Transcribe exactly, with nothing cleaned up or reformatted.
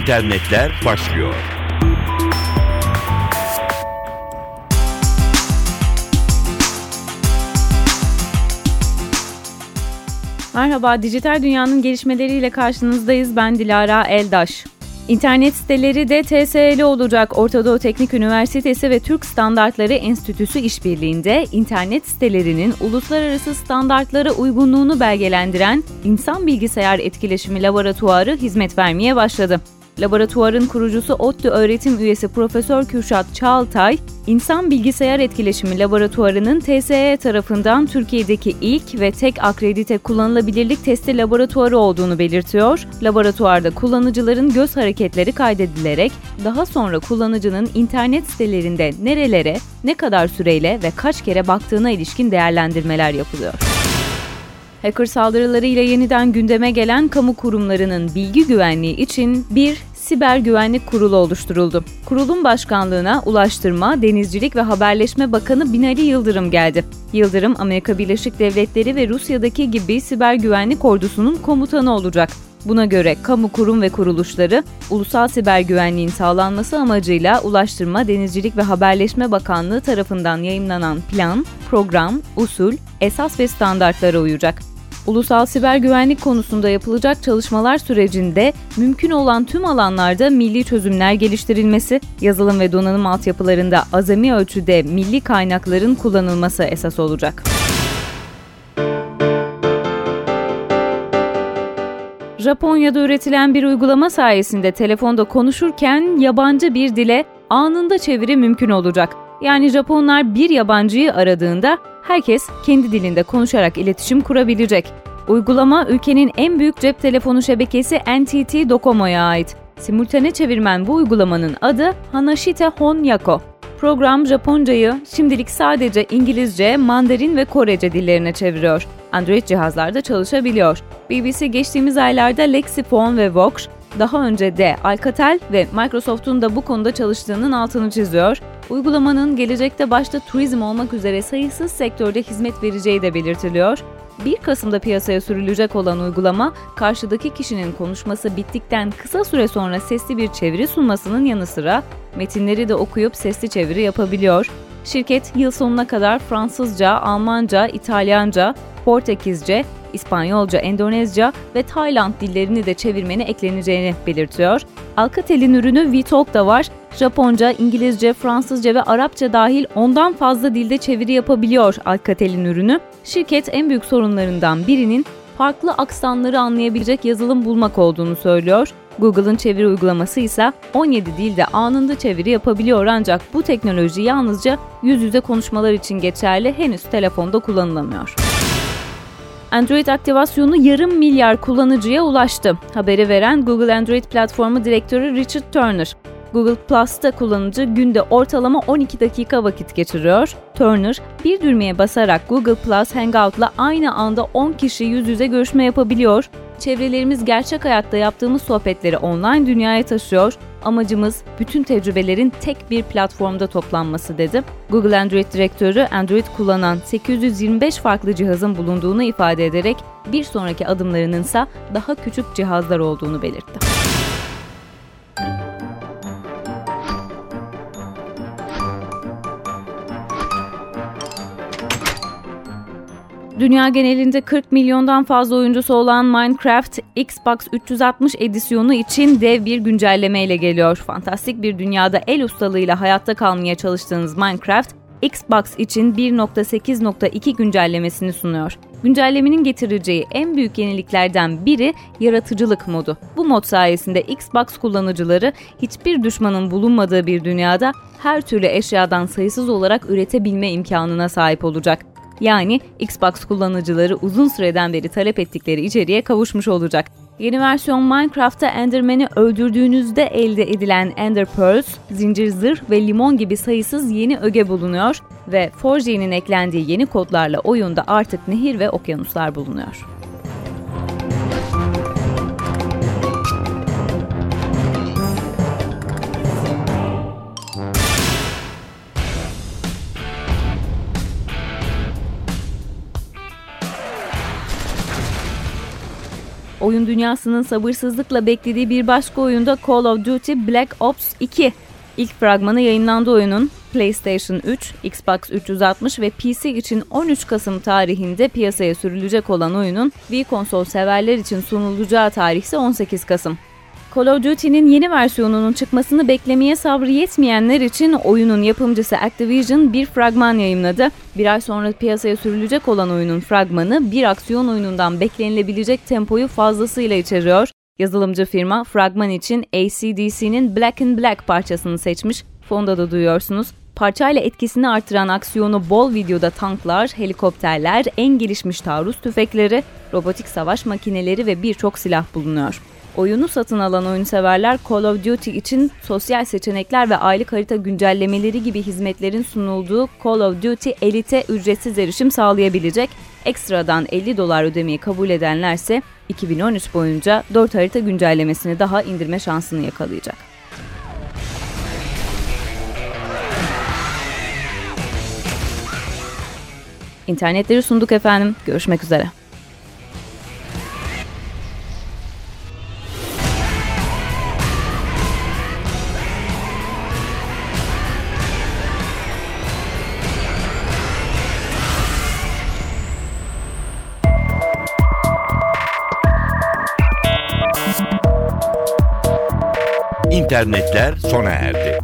internetler başlıyor. Merhaba, dijital dünyanın gelişmeleriyle karşınızdayız. Ben Dilara Eldaş. İnternet siteleri de T S L olacak. Orta Doğu Teknik Üniversitesi ve Türk Standartları Enstitüsü işbirliğinde internet sitelerinin uluslararası standartlara uygunluğunu belgelendiren İnsan Bilgisayar Etkileşimi Laboratuvarı hizmet vermeye başladı. Laboratuvarın kurucusu ODTÜ öğretim üyesi Profesör Kürşat Çağaltay, İnsan Bilgisayar Etkileşimi Laboratuvarı'nın T S E tarafından Türkiye'deki ilk ve tek akredite kullanılabilirlik testi laboratuvarı olduğunu belirtiyor. Laboratuvarda kullanıcıların göz hareketleri kaydedilerek daha sonra kullanıcının internet sitelerinde nerelere, ne kadar süreyle ve kaç kere baktığına ilişkin değerlendirmeler yapılıyor. Hacker saldırılarıyla yeniden gündeme gelen kamu kurumlarının bilgi güvenliği için bir Siber Güvenlik Kurulu oluşturuldu. Kurulun başkanlığına Ulaştırma, Denizcilik ve Haberleşme Bakanı Binali Yıldırım geldi. Yıldırım, Amerika Birleşik Devletleri ve Rusya'daki gibi siber güvenlik ordusunun komutanı olacak. Buna göre kamu kurum ve kuruluşları, ulusal siber güvenliğin sağlanması amacıyla Ulaştırma, Denizcilik ve Haberleşme Bakanlığı tarafından yayımlanan plan, program, usul, esas ve standartlara uyacak. Ulusal siber güvenlik konusunda yapılacak çalışmalar sürecinde mümkün olan tüm alanlarda milli çözümler geliştirilmesi, yazılım ve donanım altyapılarında azami ölçüde milli kaynakların kullanılması esas olacak. Japonya'da üretilen bir uygulama sayesinde telefonda konuşurken yabancı bir dile anında çeviri mümkün olacak. Yani Japonlar bir yabancıyı aradığında herkes kendi dilinde konuşarak iletişim kurabilecek. Uygulama ülkenin en büyük cep telefonu şebekesi N T T Docomo'ya ait. Simultane çevirmen bu uygulamanın adı Hanashite Honyako. Program Japoncayı şimdilik sadece İngilizce, Mandarin ve Korece dillerine çeviriyor. Android cihazlarda çalışabiliyor. B B C geçtiğimiz aylarda Lexifon ve Vox, daha önce de Alcatel ve Microsoft'un da bu konuda çalıştığının altını çiziyor. Uygulamanın gelecekte başta turizm olmak üzere sayısız sektörde hizmet vereceği de belirtiliyor. bir Kasım'da piyasaya sürülecek olan uygulama, karşıdaki kişinin konuşması bittikten kısa süre sonra sesli bir çeviri sunmasının yanı sıra metinleri de okuyup sesli çeviri yapabiliyor. Şirket yıl sonuna kadar Fransızca, Almanca, İtalyanca, Portekizce, İspanyolca, Endonezca ve Tayland dillerini de çevirmeni ekleneceğini belirtiyor. Alcatel'in ürünü VTalk da var. Japonca, İngilizce, Fransızca ve Arapça dahil ondan fazla dilde çeviri yapabiliyor Alcatel'in ürünü. Şirket en büyük sorunlarından birinin farklı aksanları anlayabilecek yazılım bulmak olduğunu söylüyor. Google'ın çeviri uygulaması ise on yedi dilde anında çeviri yapabiliyor ancak bu teknoloji yalnızca yüz yüze konuşmalar için geçerli, henüz telefonda kullanılamıyor. Android aktivasyonu yarım milyar kullanıcıya ulaştı. Haberi veren Google Android platformu direktörü Richard Turner. Google Plus'ta kullanıcı günde ortalama on iki dakika vakit geçiriyor. Turner, bir düğmeye basarak Google Plus Hangout'la aynı anda on kişi yüz yüze görüşme yapabiliyor. Çevrelerimiz gerçek hayatta yaptığımız sohbetleri online dünyaya taşıyor. Amacımız bütün tecrübelerin tek bir platformda toplanması dedi. Google Android direktörü Android kullanan sekiz yüz yirmi beş farklı cihazın bulunduğunu ifade ederek bir sonraki adımlarının ise daha küçük cihazlar olduğunu belirtti. Dünya genelinde kırk milyondan fazla oyuncusu olan Minecraft, Xbox üç yüz altmış edisyonu için dev bir güncelleme ile geliyor. Fantastik bir dünyada el ustalığıyla hayatta kalmaya çalıştığınız Minecraft, Xbox için bir nokta sekiz nokta iki güncellemesini sunuyor. Güncellemenin getireceği en büyük yeniliklerden biri yaratıcılık modu. Bu mod sayesinde Xbox kullanıcıları hiçbir düşmanın bulunmadığı bir dünyada her türlü eşyadan sayısız olarak üretebilme imkanına sahip olacak. Yani Xbox kullanıcıları uzun süreden beri talep ettikleri içeriğe kavuşmuş olacak. Yeni versiyon Minecraft'ta Enderman'i öldürdüğünüzde elde edilen Ender Pearls, zincir zırh ve limon gibi sayısız yeni öge bulunuyor ve four G'nin eklendiği yeni kodlarla oyunda artık nehir ve okyanuslar bulunuyor. oyun dünyasının sabırsızlıkla beklediği bir başka oyunda Call of Duty Black Ops iki. İlk fragmanı yayınlandı oyunun. PlayStation üç, Xbox üç yüz altmış ve P C için on üç Kasım tarihinde piyasaya sürülecek olan oyunun Wii konsol severler için sunulacağı tarih ise on sekiz Kasım. Call of Duty'nin yeni versiyonunun çıkmasını beklemeye sabrı yetmeyenler için oyunun yapımcısı Activision bir fragman yayımladı. Bir ay sonra piyasaya sürülecek olan oyunun fragmanı bir aksiyon oyunundan beklenilebilecek tempoyu fazlasıyla içeriyor. Yazılımcı firma fragman için A C D C'nin Black in Black parçasını seçmiş. Fonda da duyuyorsunuz. Parçayla etkisini artıran aksiyonu bol videoda tanklar, helikopterler, en gelişmiş taarruz tüfekleri, robotik savaş makineleri ve birçok silah bulunuyor. Oyunu satın alan oyunseverler Call of Duty için sosyal seçenekler ve aylık harita güncellemeleri gibi hizmetlerin sunulduğu Call of Duty Elite'e ücretsiz erişim sağlayabilecek. Ekstradan elli dolar ödemeyi kabul edenlerse iki bin on üç boyunca dört harita güncellemesini daha indirme şansını yakalayacak. İnternetleri sunduk efendim. Görüşmek üzere. İnternetler sona erdi.